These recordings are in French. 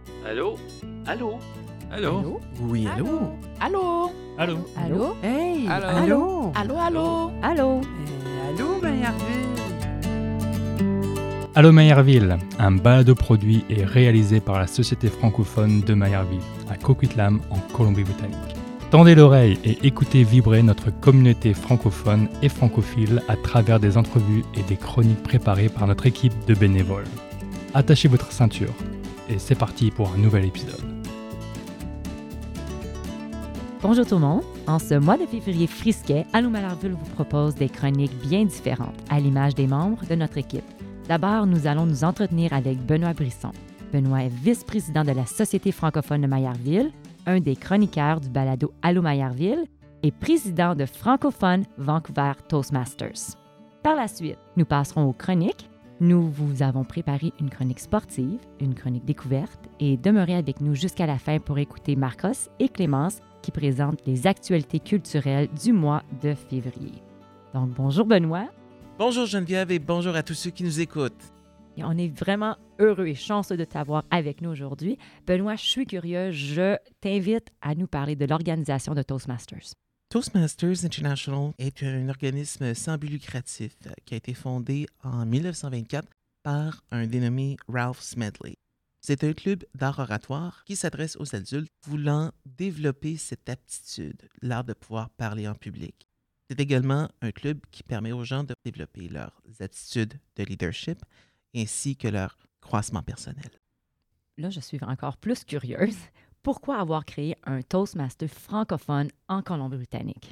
Allô? Allô? Allô? Allô? Oui, allô? Allô? Allô? Allô? Hey! Allô? Allô? Allô? Allô? Allô? Allô, Maillardville? Allô Maillardville, un balado produit et réalisé par la Société francophone de Maillardville, à Coquitlam, en Colombie-Britannique. Tendez l'oreille et écoutez vibrer notre communauté francophone et francophile à travers des entrevues et des chroniques préparées par notre équipe de bénévoles. Attachez votre ceinture et c'est parti pour un nouvel épisode. Bonjour tout le monde. En ce mois de février frisquet, Allô Maillardville vous propose des chroniques bien différentes, à l'image des membres de notre équipe. D'abord, nous allons nous entretenir avec Benoît Brisson. Benoît est vice-président de la Société francophone de Maillardville, un des chroniqueurs du balado Allô Maillardville et président de Francophone Vancouver Toastmasters. Par la suite, nous passerons aux chroniques. Nous vous avons préparé une chronique sportive, une chronique découverte et demeurez avec nous jusqu'à la fin pour écouter Marcos et Clémence qui présentent les actualités culturelles du mois de février. Donc, bonjour Benoît. Bonjour Geneviève et bonjour à tous ceux qui nous écoutent. Et on est vraiment heureux et chanceux de t'avoir avec nous aujourd'hui. Benoît, je suis curieux, je t'invite à nous parler de l'organisation de Toastmasters. Toastmasters International est un organisme sans but lucratif qui a été fondé en 1924 par un dénommé Ralph Smedley. C'est un club d'art oratoire qui s'adresse aux adultes voulant développer cette aptitude, l'art de pouvoir parler en public. C'est également un club qui permet aux gens de développer leurs attitudes de leadership ainsi que leur croissement personnel. Là, je suis encore plus curieuse. Pourquoi avoir créé un Toastmaster francophone en Colombie-Britannique?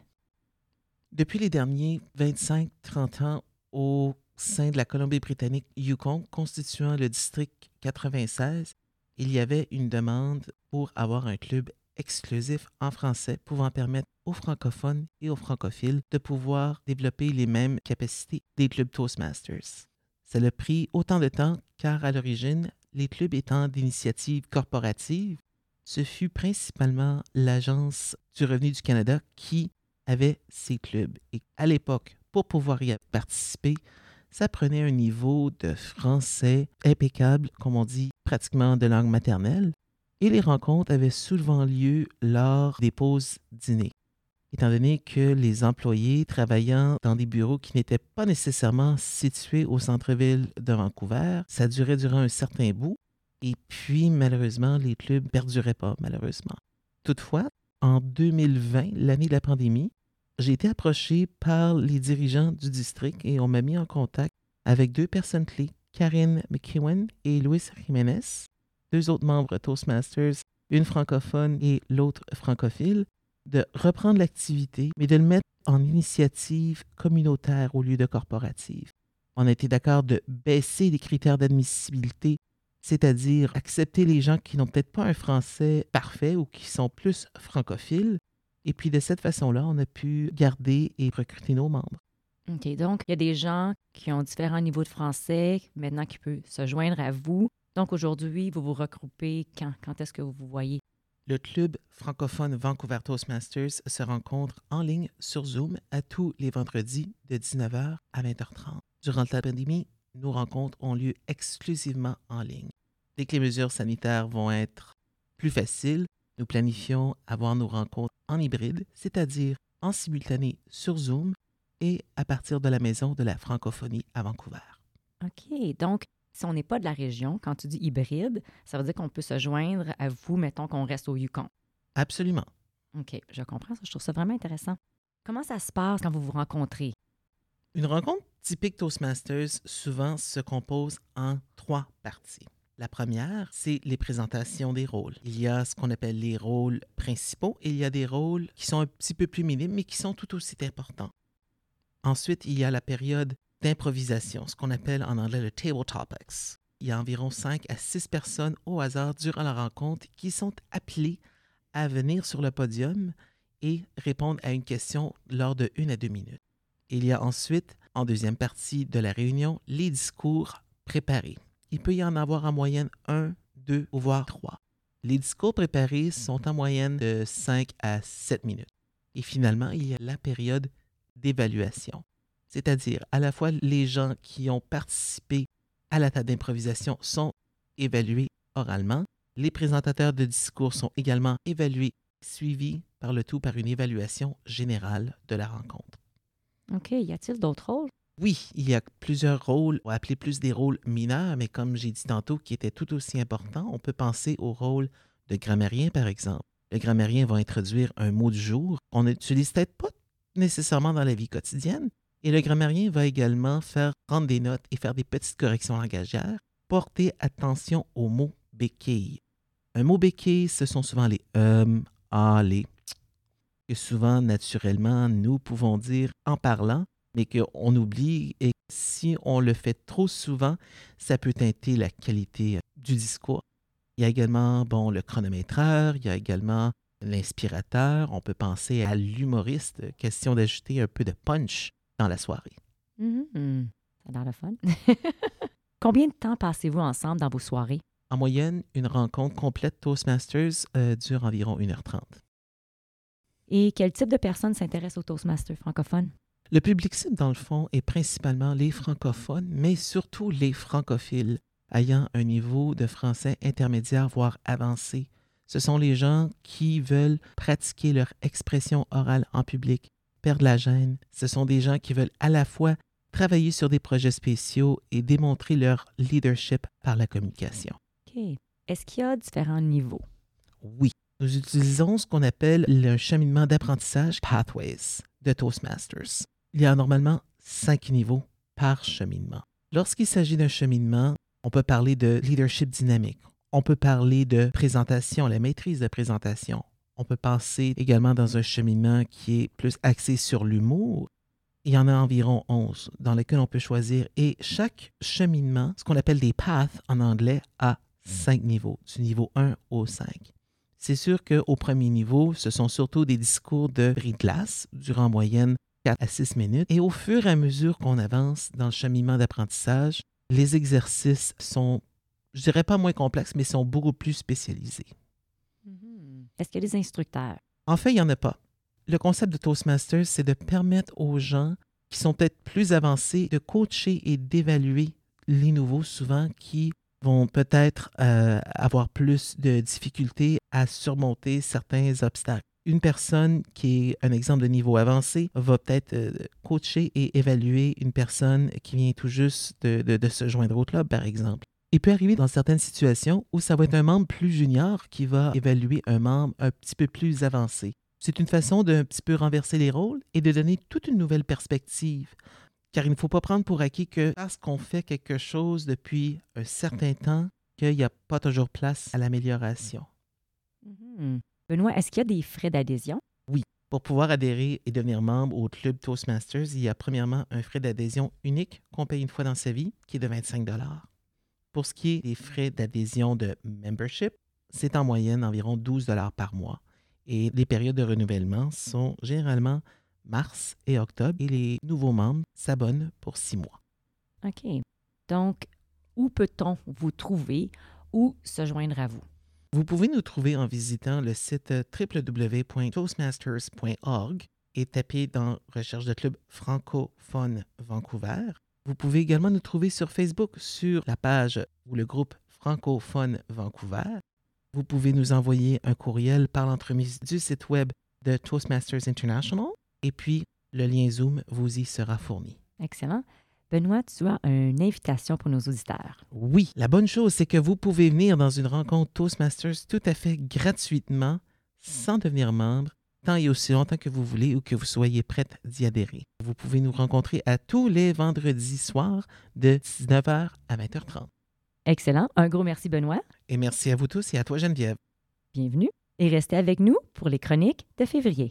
Depuis les derniers 25-30 ans, au sein de la Colombie-Britannique Yukon, constituant le district 96, il y avait une demande pour avoir un club exclusif en français pouvant permettre aux francophones et aux francophiles de pouvoir développer les mêmes capacités des clubs Toastmasters. Ça a pris autant de temps car à l'origine, les clubs étant d'initiatives corporatives, ce fut principalement l'Agence du revenu du Canada qui avait ces clubs. Et à l'époque, pour pouvoir y participer, ça prenait un niveau de français impeccable, comme on dit, pratiquement de langue maternelle. Et les rencontres avaient souvent lieu lors des pauses dîner. Étant donné que les employés travaillant dans des bureaux qui n'étaient pas nécessairement situés au centre-ville de Vancouver, ça durait durant un certain bout. Et puis, malheureusement, les clubs ne perduraient pas, malheureusement. Toutefois, en 2020, l'année de la pandémie, j'ai été approché par les dirigeants du district et on m'a mis en contact avec deux personnes clés, Karine McEwen et Luis Jiménez, deux autres membres Toastmasters, une francophone et l'autre francophile, de reprendre l'activité, mais de le mettre en initiative communautaire au lieu de corporative. On a été d'accord de baisser les critères d'admissibilité, c'est-à-dire accepter les gens qui n'ont peut-être pas un français parfait ou qui sont plus francophiles. Et puis de cette façon-là, on a pu garder et recruter nos membres. OK, donc il y a des gens qui ont différents niveaux de français, maintenant qui peuvent se joindre à vous. Donc aujourd'hui, vous vous regroupez quand? Quand est-ce que vous vous voyez? Le club francophone Vancouver Toastmasters se rencontre en ligne sur Zoom à tous les vendredis de 19h à 20h30. Durant la pandémie, nos rencontres ont lieu exclusivement en ligne. Dès que les mesures sanitaires vont être plus faciles, nous planifions avoir nos rencontres en hybride, c'est-à-dire en simultané sur Zoom et à partir de la maison de la francophonie à Vancouver. OK, donc si on n'est pas de la région, quand tu dis hybride, ça veut dire qu'on peut se joindre à vous, mettons qu'on reste au Yukon. Absolument. OK, je comprends ça, je trouve ça vraiment intéressant. Comment ça se passe quand vous vous rencontrez? Une rencontre typique Toastmasters souvent se compose en 3 parties. La première, c'est les présentations des rôles. Il y a ce qu'on appelle les rôles principaux et il y a des rôles qui sont un petit peu plus minimes mais qui sont tout aussi importants. Ensuite, il y a la période d'improvisation, ce qu'on appelle en anglais le table topics. Il y a environ 5 à 6 personnes au hasard durant la rencontre qui sont appelées à venir sur le podium et répondre à une question lors de 1 à 2 minutes. Il y a ensuite, en deuxième partie de la réunion, les discours préparés. Il peut y en avoir en moyenne 1, 2 ou voire 3. Les discours préparés sont en moyenne de 5 à 7 minutes. Et finalement, il y a la période d'évaluation. C'est-à-dire, à la fois les gens qui ont participé à la table d'improvisation sont évalués oralement Les présentateurs de discours sont également évalués, suivis par le tout par une évaluation générale de la rencontre. OK. Y a-t-il d'autres rôles? Oui, il y a plusieurs rôles, on va appeler plus des rôles mineurs, mais comme j'ai dit tantôt, qui étaient tout aussi importants. On peut penser au rôle de grammairien, par exemple. Le grammairien va introduire un mot du jour qu'on n'utilise peut-être pas nécessairement dans la vie quotidienne. Et le grammairien va également faire prendre des notes et faire des petites corrections langagières. Porter attention aux mots béquilles. Un mot béquille, ce sont souvent les les que souvent, naturellement, nous pouvons dire en parlant, mais qu'on oublie et si on le fait trop souvent, ça peut teinter la qualité du discours. Il y a également le chronométreur, il y a également l'inspirateur, on peut penser à l'humoriste, question d'ajouter un peu de punch dans la soirée. Mm-hmm. Ça a l'air le fun. Combien de temps passez-vous ensemble dans vos soirées? En moyenne, une rencontre complète Toastmasters dure environ 1h30. Et quel type de personnes s'intéressent aux Toastmasters francophones? Le public cible, dans le fond, est principalement les francophones, mais surtout les francophiles, ayant un niveau de français intermédiaire, voire avancé. Ce sont les gens qui veulent pratiquer leur expression orale en public, perdre la gêne. Ce sont des gens qui veulent à la fois travailler sur des projets spéciaux et démontrer leur leadership par la communication. OK. Est-ce qu'il y a différents niveaux? Oui. Nous utilisons ce qu'on appelle le cheminement d'apprentissage Pathways de Toastmasters. Il y a normalement 5 niveaux par cheminement. Lorsqu'il s'agit d'un cheminement, on peut parler de leadership dynamique. On peut parler de présentation, la maîtrise de présentation. On peut penser également dans un cheminement qui est plus axé sur l'humour. Il y en a environ 11 dans lesquels on peut choisir. Et chaque cheminement, ce qu'on appelle des paths en anglais, a 5 niveaux, du niveau 1 au 5. C'est sûr qu'au premier niveau, ce sont surtout des discours de bris de glace, durant en moyenne 4 à 6 minutes. Et au fur et à mesure qu'on avance dans le cheminement d'apprentissage, les exercices sont, je dirais pas moins complexes, mais sont beaucoup plus spécialisés. Est-ce qu'il y a des instructeurs? En fait, il n'y en a pas. Le concept de Toastmasters, c'est de permettre aux gens qui sont peut-être plus avancés de coacher et d'évaluer les nouveaux, souvent qui vont peut-être avoir plus de difficultés à surmonter certains obstacles. Une personne qui est un exemple de niveau avancé va peut-être coacher et évaluer une personne qui vient tout juste de se joindre au club, par exemple. Il peut arriver dans certaines situations où ça va être un membre plus junior qui va évaluer un membre un petit peu plus avancé. C'est une façon d'un petit peu renverser les rôles et de donner toute une nouvelle perspective. Car il ne faut pas prendre pour acquis que parce qu'on fait quelque chose depuis un certain temps, qu'il n'y a pas toujours place à l'amélioration. Benoît, est-ce qu'il y a des frais d'adhésion? Oui. Pour pouvoir adhérer et devenir membre au club Toastmasters, il y a premièrement un frais d'adhésion unique qu'on paye une fois dans sa vie, qui est de 25 $. Pour ce qui est des frais d'adhésion de membership, c'est en moyenne environ 12 $ par mois. Et les périodes de renouvellement sont généralement mars et octobre. Et les nouveaux membres s'abonnent pour 6 mois. OK. Donc, où peut-on vous trouver ou se joindre à vous? Vous pouvez nous trouver en visitant le site www.toastmasters.org et taper dans « Recherche de club francophone Vancouver ». Vous pouvez également nous trouver sur Facebook sur la page ou le groupe francophone Vancouver. Vous pouvez nous envoyer un courriel par l'entremise du site web de Toastmasters International et puis le lien Zoom vous y sera fourni. Excellent. Benoît, tu as une invitation pour nos auditeurs. Oui, la bonne chose, c'est que vous pouvez venir dans une rencontre Toastmasters tout à fait gratuitement, sans devenir membre, tant et aussi longtemps que vous voulez ou que vous soyez prête d'y adhérer. Vous pouvez nous rencontrer à tous les vendredis soirs de 19h à 20h30. Excellent. Un gros merci, Benoît. Et merci à vous tous et à toi, Geneviève. Bienvenue et restez avec nous pour les chroniques de février.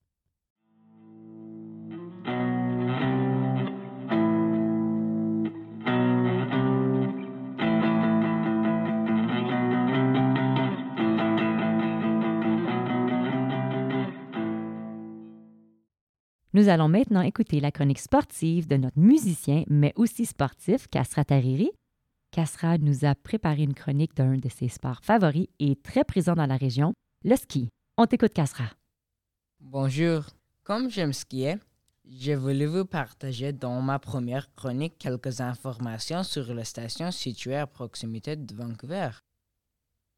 Nous allons maintenant écouter la chronique sportive de notre musicien, mais aussi sportif, Kasra Tariri. Kasra nous a préparé une chronique d'un de ses sports favoris et très présent dans la région, le ski. On t'écoute, Kasra. Bonjour. Comme j'aime skier, j'ai voulu vous partager dans ma première chronique quelques informations sur la station située à proximité de Vancouver.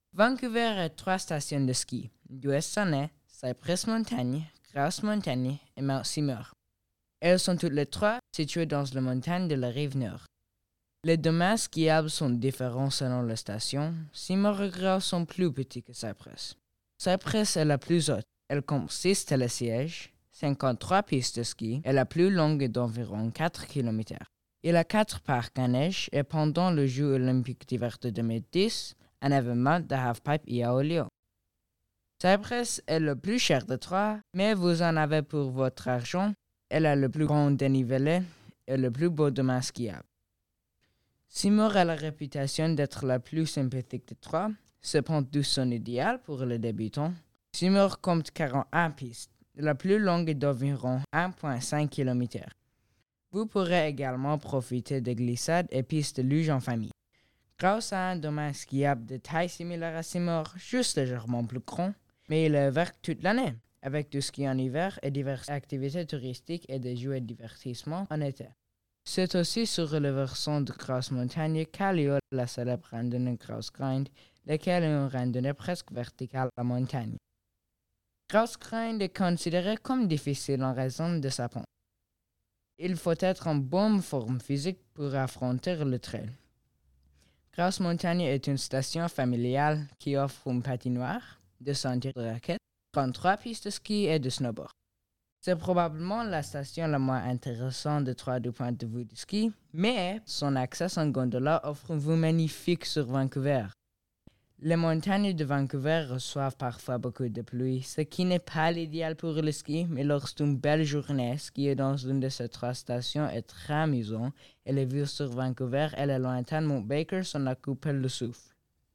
Vancouver a 3 stations de ski, Duet-Sonnet, Cypress Montagne, Grouse Montagne et Mount Seymour. Elles sont toutes les 3 situées dans la montagne de la rive nord. Les domaines skiables sont différents selon la station. Seymour et Grouse sont plus petits que Cypress. Cypress est la plus haute. Elle compte 6 télésièges, 53 pistes de ski et la plus longue est d'environ 4 km. Il a 4 parcs à neige et pendant le Jeux olympiques d'hiver de 2010, un événement de halfpipe y a eu lieu. Cypress est le plus cher de 3, mais vous en avez pour votre argent. Elle a le plus grand dénivelé et le plus beau domaine skiable. Seymour a la réputation d'être la plus sympathique de 3, cependant son idéal pour les débutants. Seymour compte 41 pistes. La plus longue est d'environ 1,5 km. Vous pourrez également profiter de glissades et pistes de luge en famille. Grouse a un domaine skiable de taille similaire à Seymour, juste légèrement plus grand, mais il est ouvert toute l'année, avec du ski en hiver et diverses activités touristiques et des jeux et divertissements en été. C'est aussi sur le versant de Grouse Montagne qu'a lieu la célèbre randonnée Grouse Grind, laquelle est une randonnée presque verticale à la montagne. Grouse Grind est considéré comme difficile en raison de sa pente. Il faut être en bonne forme physique pour affronter le trail. Grouse Montagne est une station familiale qui offre une patinoire, des sentiers de raquettes, 33 pistes de ski et de snowboard. C'est probablement la station la moins intéressante de 3 du point de vue du ski, mais son accès en gondola offre une vue magnifique sur Vancouver. Les montagnes de Vancouver reçoivent parfois beaucoup de pluie, ce qui n'est pas l'idéal pour le ski, mais lorsqu'une belle journée, skier dans une de ces 3 stations est très amusant et les vues sur Vancouver et le lointain Mount Baker sont à couper le souffle.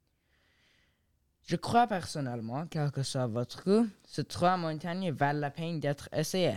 Je crois personnellement, quel que soit votre goût, ces 3 montagnes valent la peine d'être essayées.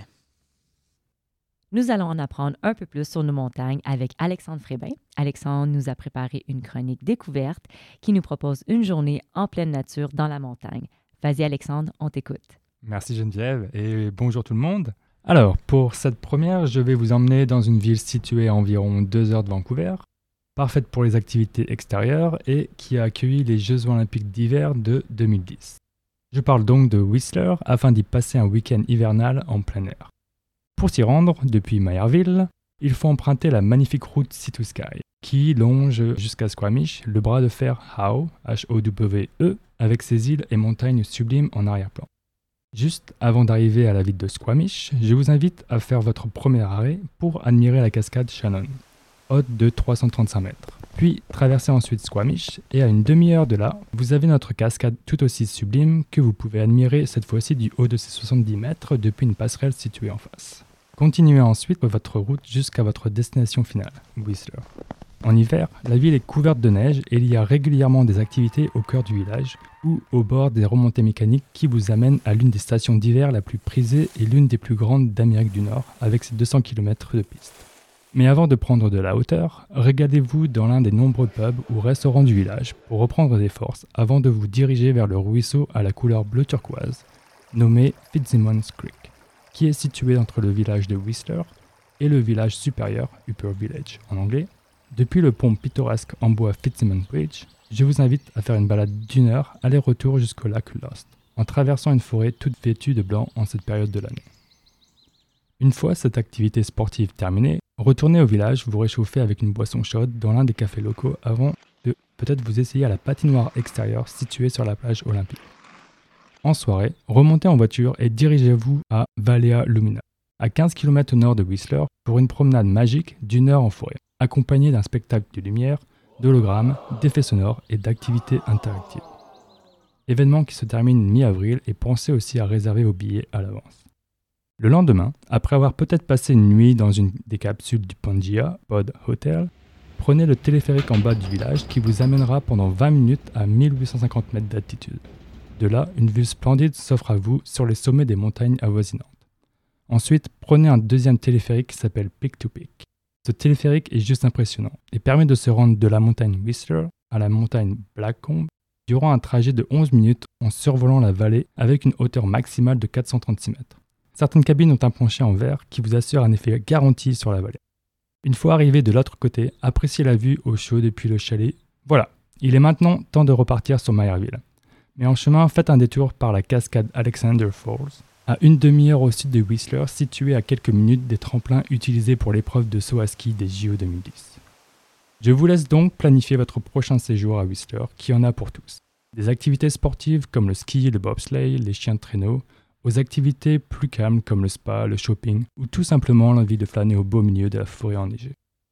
Nous allons en apprendre un peu plus sur nos montagnes avec Alexandre Frébin. Alexandre nous a préparé une chronique découverte qui nous propose une journée en pleine nature dans la montagne. Vas-y Alexandre, on t'écoute. Merci Geneviève et bonjour tout le monde. Alors, pour cette première, je vais vous emmener dans une ville située à environ 2 heures de Vancouver, parfaite pour les activités extérieures et qui a accueilli les Jeux olympiques d'hiver de 2010. Je parle donc de Whistler afin d'y passer un week-end hivernal en plein air. Pour s'y rendre, depuis Mayerville, il faut emprunter la magnifique route Sea to Sky, qui longe jusqu'à Squamish, le bras de fer Howe, H-O-W-E, avec ses îles et montagnes sublimes en arrière-plan. Juste avant d'arriver à la ville de Squamish, je vous invite à faire votre premier arrêt pour admirer la cascade Shannon, haute de 335 mètres. Puis traversez ensuite Squamish et à une demi-heure de là, vous avez notre cascade tout aussi sublime que vous pouvez admirer cette fois-ci du haut de ses 70 mètres depuis une passerelle située en face. Continuez ensuite votre route jusqu'à votre destination finale, Whistler. En hiver, la ville est couverte de neige et il y a régulièrement des activités au cœur du village ou au bord des remontées mécaniques qui vous amènent à l'une des stations d'hiver la plus prisée et l'une des plus grandes d'Amérique du Nord avec ses 200 km de piste. Mais avant de prendre de la hauteur, regardez-vous dans l'un des nombreux pubs ou restaurants du village pour reprendre des forces avant de vous diriger vers le ruisseau à la couleur bleu turquoise, nommé Fitzsimmons Creek, qui est situé entre le village de Whistler et le village supérieur, Upper Village en anglais. Depuis le pont pittoresque en bois Fitzsimmons Bridge, je vous invite à faire une balade d'1 heure aller-retour jusqu'au lac Lost, en traversant une forêt toute vêtue de blanc en cette période de l'année. Une fois cette activité sportive terminée, retournez au village vous réchauffer avec une boisson chaude dans l'un des cafés locaux avant de peut-être vous essayer à la patinoire extérieure située sur la plage olympique. En soirée, remontez en voiture et dirigez-vous à Valea Lumina, à 15 km au nord de Whistler, pour une promenade magique d'1 heure en forêt, accompagnée d'un spectacle de lumière, d'hologrammes, d'effets sonores et d'activités interactives. Événement qui se termine mi-avril et pensez aussi à réserver vos billets à l'avance. Le lendemain, après avoir peut-être passé une nuit dans une des capsules du Pangaea Pod Hotel, prenez le téléphérique en bas du village qui vous amènera pendant 20 minutes à 1850 mètres d'altitude. De là, une vue splendide s'offre à vous sur les sommets des montagnes avoisinantes. Ensuite, prenez un deuxième téléphérique qui s'appelle Peak to Peak. Ce téléphérique est juste impressionnant et permet de se rendre de la montagne Whistler à la montagne Blackcomb durant un trajet de 11 minutes en survolant la vallée avec une hauteur maximale de 436 mètres. Certaines cabines ont un plancher en verre qui vous assure un effet garanti sur la vallée. Une fois arrivé de l'autre côté, appréciez la vue au chaud depuis le chalet. Voilà, il est maintenant temps de repartir sur Mayerville. Mais en chemin, faites un détour par la cascade Alexander Falls, à une demi-heure au sud de Whistler, située à quelques minutes des tremplins utilisés pour l'épreuve de saut à ski des JO 2010. Je vous laisse donc planifier votre prochain séjour à Whistler, qui en a pour tous. Des activités sportives comme le ski, le bobsleigh, les chiens de traîneau, aux activités plus calmes comme le spa, le shopping, ou tout simplement l'envie de flâner au beau milieu de la forêt enneigée.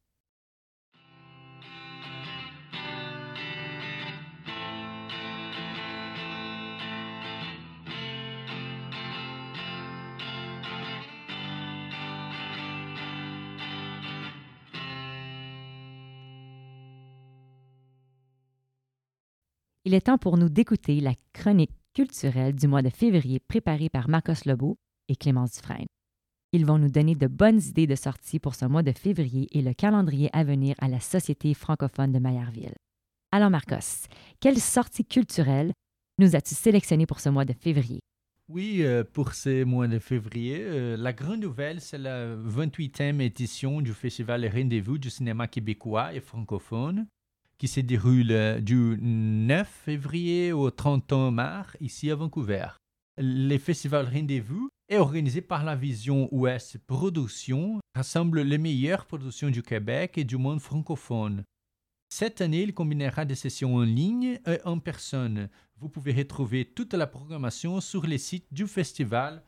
Il est temps pour nous d'écouter la chronique culturelle du mois de février préparée par Marcos Lebeau et Clémence Dufresne. Ils vont nous donner de bonnes idées de sorties pour ce mois de février et le calendrier à venir à la Société francophone de Maillardville. Alors Marcos, quelle sortie culturelle nous as-tu sélectionné pour ce mois de février? Oui, pour ce mois de février, la grande nouvelle, c'est la 28e édition du Festival Rendez-vous du cinéma québécois et francophone, qui se déroule du 9 février au 30 mars, ici à Vancouver. Le Festival Rendez-vous est organisé par la Vision Ouest Productions, rassemble les meilleures productions du Québec et du monde francophone. Cette année, il combinera des sessions en ligne et en personne. Vous pouvez retrouver toute la programmation sur les sites du festival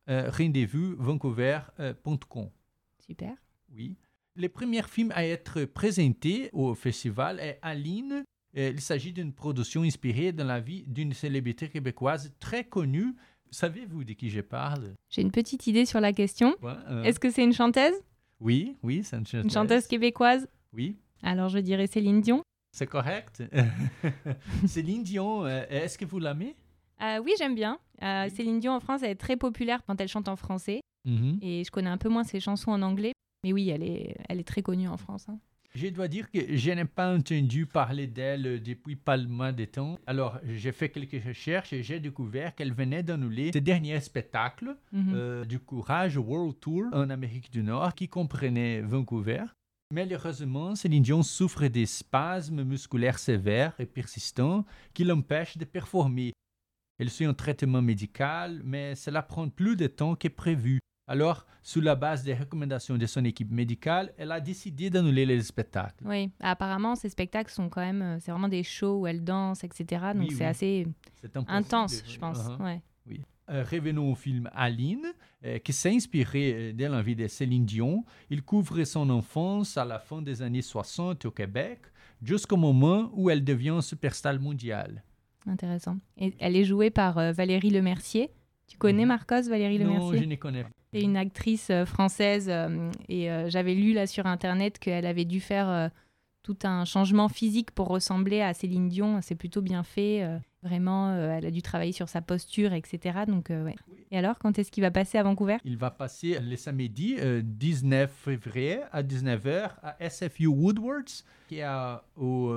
rendezvous-vancouver.com. Super. Oui. Le premier film à être présenté au festival est Aline. Il s'agit d'une production inspirée de la vie d'une célébrité québécoise très connue. Savez-vous de qui je parle? J'ai une petite idée sur la question. Ouais, Est-ce que c'est une chanteuse? Oui, c'est une chanteuse. Une chanteuse québécoise? Oui, Alors je dirais Céline Dion. c'est correct. Céline Dion, est-ce que vous l'aimez? Oui, j'aime bien. Céline Dion en France, elle est très populaire quand elle chante en français. Mhm. Et je connais un peu moins ses chansons en anglais. Mais oui, elle est très connue en France. Hein. Je dois dire que je n'ai pas entendu parler d'elle depuis pas mal de temps. Alors, j'ai fait quelques recherches et j'ai découvert qu'elle venait d'annuler ce dernier spectacle du Courage World Tour en Amérique du Nord qui comprenait Vancouver. Malheureusement, Céline Dion souffre des spasmes musculaires sévères et persistants qui l'empêchent de performer. Elle suit un traitement médical, mais cela prend plus de temps que prévu. Alors, sous la base des recommandations de son équipe médicale, elle a décidé d'annuler les spectacles. Oui, apparemment, ces spectacles sont quand même... c'est vraiment des shows où elle danse, etc. Donc c'est assez C'est impossible. intense, je pense. Ouais. Oui. Revenons au film Aline, qui s'est inspiré de l'envie de Céline Dion. Il couvre son enfance à la fin des années 60 au Québec, jusqu'au moment où elle devient superstar mondiale. Intéressant. Et elle est jouée par Valérie Lemercier. Tu connais Marcos, Valérie Lemercier? Non, je ne connais pas. C'est une actrice française et j'avais lu là sur Internet qu'elle avait dû faire tout un changement physique pour ressembler à Céline Dion. C'est plutôt bien fait. Vraiment, elle a dû travailler sur sa posture, etc. Donc, ouais. Et alors, quand est-ce qu'il va passer à Vancouver? Il va passer le samedi 19 février à 19h à SFU Woodwards, qui est au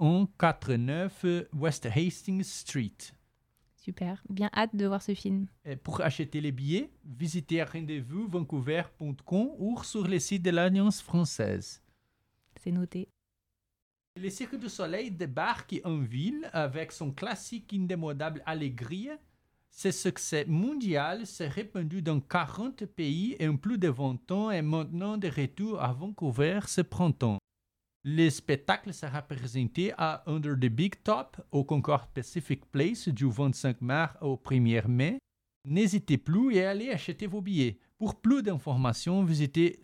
149 West Hastings Street. Super, bien hâte de voir ce film. Et pour acheter les billets, visitez rendezvous-vancouver.com ou sur le site de l'Alliance française. C'est noté. Le Cirque du Soleil débarque en ville avec son classique indémodable Alegria. Ce succès mondial s'est répandu dans 40 pays et en plus de 20 ans et maintenant de retour à Vancouver ce printemps. Le spectacle sera présenté à Under the Big Top au Concord Pacific Place du 25 mars au 1er mai. N'hésitez plus et allez acheter vos billets. Pour plus d'informations, visitez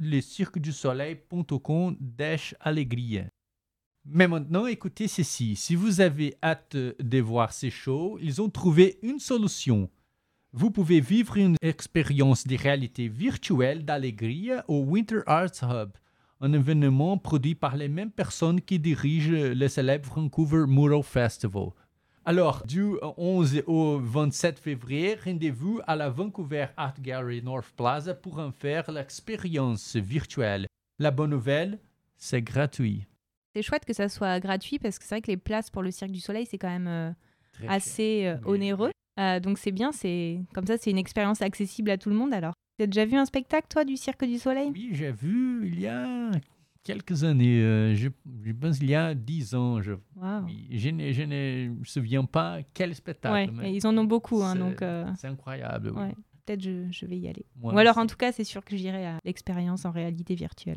lecirquedusoleil.com/alegria. Mais maintenant, écoutez ceci. Si vous avez hâte de voir ces shows, ils ont trouvé une solution. Vous pouvez vivre une expérience de réalité virtuelle d'Alegria au Winter Arts Hub, un événement produit par les mêmes personnes qui dirigent le célèbre Vancouver Mural Festival. Alors, du 11 au 27 février, rendez-vous à la Vancouver Art Gallery North Plaza pour en faire l'expérience virtuelle. La bonne nouvelle, c'est gratuit. C'est chouette que ça soit gratuit parce que c'est vrai que les places pour le Cirque du Soleil, c'est quand même Très assez cher. onéreux. Donc c'est bien, comme ça, c'est une expérience accessible à tout le monde alors. Tu as déjà vu un spectacle, toi, du Cirque du Soleil? Oui, j'ai vu il y a quelques années. Je pense il y a 10 ans. Wow. Je ne me souviens pas quel spectacle. Ouais, et ils en ont beaucoup. Hein, donc, c'est incroyable. Oui. Ouais, peut-être je vais y aller. Moi Ou alors, aussi. en tout cas, c'est sûr que j'irai à l'expérience en réalité virtuelle.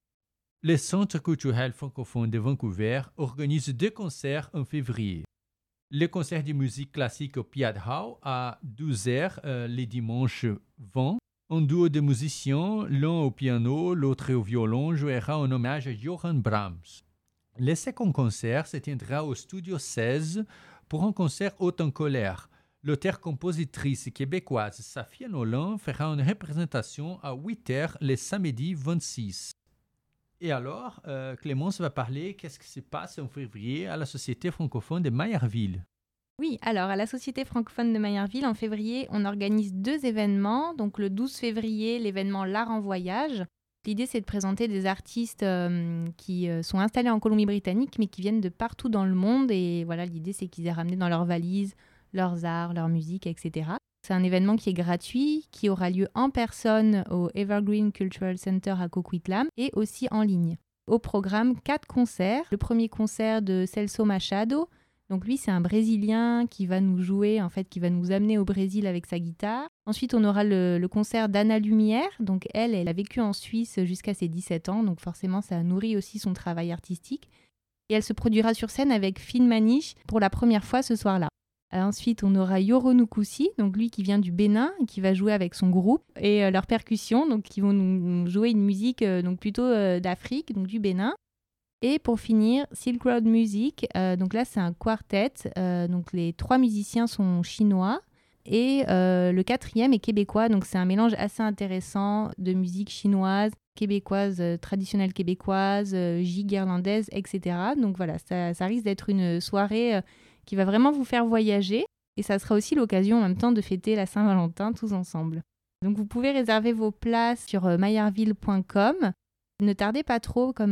Le Centre culturel francophone de Vancouver organise 2 concerts en février. Le concert de musique classique au Piat Hau à 12h les dimanches 20. Un duo de musiciens, l'un au piano, l'autre au violon, jouera en hommage à Johann Brahms. Le second concert se tiendra au Studio 16 pour un concert haute en colère. L'auteure-compositrice québécoise Safia Nolan fera une représentation à 8h le samedi 26. Et alors, Clémence va parler qu'est-ce qui se passe en février à la Société francophone de Mayerville. Oui, alors à la Société francophone de Mayerville, en février, on organise 2 événements. Donc le 12 février, l'événement L'Art en voyage. L'idée, c'est de présenter des artistes qui sont installés en Colombie-Britannique, mais qui viennent de partout dans le monde. Et voilà, l'idée, c'est qu'ils aient ramené dans leurs valises leurs arts, leur musique, etc. C'est un événement qui est gratuit, qui aura lieu en personne au Evergreen Cultural Center à Coquitlam et aussi en ligne. Au programme, 4 concerts. Le premier concert de Celso Machado. Donc lui, c'est un Brésilien qui va nous jouer, en fait, qui va nous amener au Brésil avec sa guitare. Ensuite, on aura le concert d'Anna Lumière. Donc elle a vécu en Suisse jusqu'à ses 17 ans. Donc forcément, ça a nourri aussi son travail artistique. Et elle se produira sur scène avec Phil Maniche pour la première fois ce soir-là. Ensuite, on aura Yoro Nukusi, donc lui qui vient du Bénin, qui va jouer avec son groupe, et leurs percussions, donc qui vont nous jouer une musique donc plutôt d'Afrique, donc du Bénin. Et pour finir, Silk Road Music, donc là c'est un quartet, donc les 3 musiciens sont chinois, et le 4e est québécois, donc c'est un mélange assez intéressant de musique chinoise, québécoise, traditionnelle québécoise, gigue irlandaise, etc. Donc voilà, ça risque d'être une soirée qui va vraiment vous faire voyager. Et ça sera aussi l'occasion en même temps de fêter la Saint-Valentin tous ensemble. Donc vous pouvez réserver vos places sur mayerville.com. Ne tardez pas trop, comme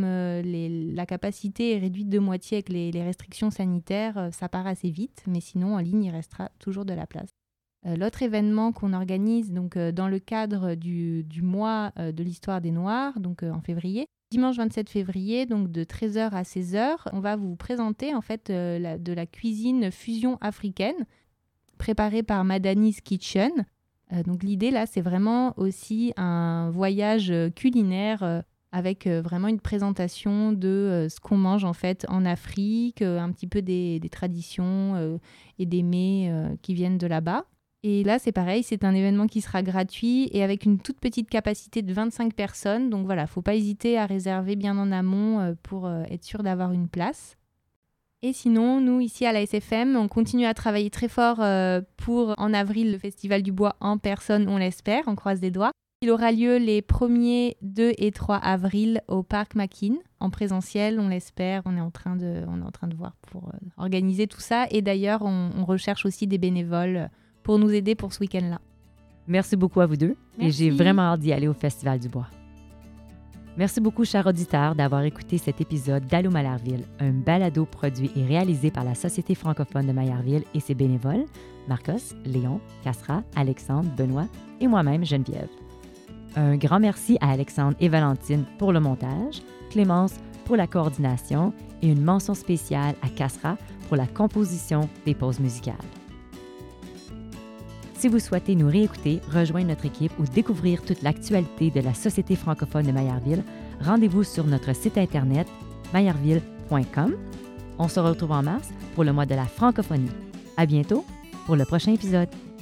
la capacité est réduite de moitié avec les restrictions sanitaires, ça part assez vite. Mais sinon, en ligne, il restera toujours de la place. L'autre événement qu'on organise donc, dans le cadre du mois de l'histoire des Noirs, donc en février, dimanche 27 février, donc de 13h à 16h, on va vous présenter en fait de la cuisine fusion africaine préparée par Madani's Kitchen. Donc l'idée là, c'est vraiment aussi un voyage culinaire avec vraiment une présentation de ce qu'on mange en fait en Afrique, un petit peu des traditions et des mets qui viennent de là-bas. Et là, c'est pareil, c'est un événement qui sera gratuit et avec une toute petite capacité de 25 personnes. Donc voilà, il ne faut pas hésiter à réserver bien en amont pour être sûr d'avoir une place. Et sinon, nous, ici à la SFM, on continue à travailler très fort pour, en avril, le Festival du Bois en personne, on l'espère, on croise les doigts. Il aura lieu les 1er, 2 et 3 avril au Parc Makin, en présentiel, on l'espère. On est en train de voir pour organiser tout ça. Et d'ailleurs, on recherche aussi des bénévoles pour nous aider pour ce week-end-là. Merci beaucoup à vous deux. Merci. Et j'ai vraiment hâte d'y aller au Festival du Bois. Merci beaucoup, chers auditeurs, d'avoir écouté cet épisode d'Allô Mayerville, un balado produit et réalisé par la Société francophone de Mayerville et ses bénévoles, Marcos, Léon, Casra, Alexandre, Benoît et moi-même, Geneviève. Un grand merci à Alexandre et Valentine pour le montage, Clémence pour la coordination et une mention spéciale à Casra pour la composition des pauses musicales. Si vous souhaitez nous réécouter, rejoindre notre équipe ou découvrir toute l'actualité de la Société francophone de Mayerville, rendez-vous sur notre site internet mayerville.com. On se retrouve en mars pour le mois de la francophonie. À bientôt pour le prochain épisode.